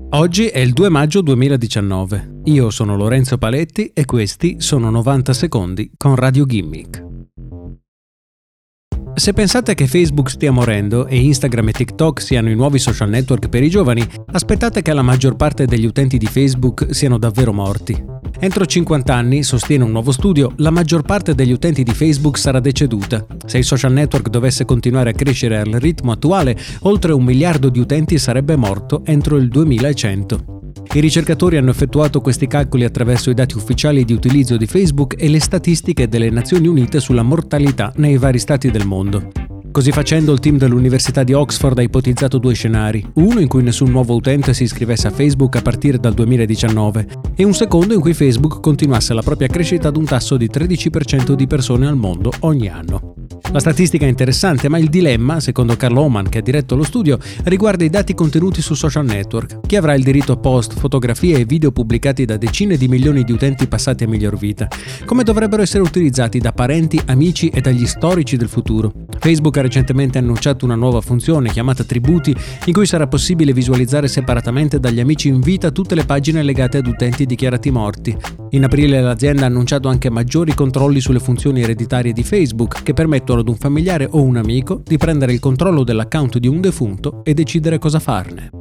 Oggi è il 2 maggio 2019. Io sono Lorenzo Paletti e questi sono 90 secondi con Radio Gimmick. Se pensate che Facebook stia morendo e Instagram e TikTok siano i nuovi social network per i giovani, aspettate che la maggior parte degli utenti di Facebook siano davvero morti. Entro 50 anni, sostiene un nuovo studio, la maggior parte degli utenti di Facebook sarà deceduta. Se il social network dovesse continuare a crescere al ritmo attuale, oltre 1 miliardo di utenti sarebbe morto entro il 2100. I ricercatori hanno effettuato questi calcoli attraverso i dati ufficiali di utilizzo di Facebook e le statistiche delle Nazioni Unite sulla mortalità nei vari stati del mondo. Così facendo, il team dell'Università di Oxford ha ipotizzato 2 scenari, uno in cui nessun nuovo utente si iscrivesse a Facebook a partire dal 2019 e un secondo in cui Facebook continuasse la propria crescita ad un tasso di 13% di persone al mondo ogni anno. La statistica è interessante, ma il dilemma, secondo Carl Oman, che ha diretto lo studio, riguarda i dati contenuti su social network. Chi avrà il diritto a post, fotografie e video pubblicati da decine di milioni di utenti passati a miglior vita? Come dovrebbero essere utilizzati da parenti, amici e dagli storici del futuro? Facebook ha recentemente annunciato una nuova funzione chiamata Tributi, in cui sarà possibile visualizzare separatamente dagli amici in vita tutte le pagine legate ad utenti dichiarati morti. In aprile l'azienda ha annunciato anche maggiori controlli sulle funzioni ereditarie di Facebook, che permettono ad un familiare o un amico di prendere il controllo dell'account di un defunto e decidere cosa farne.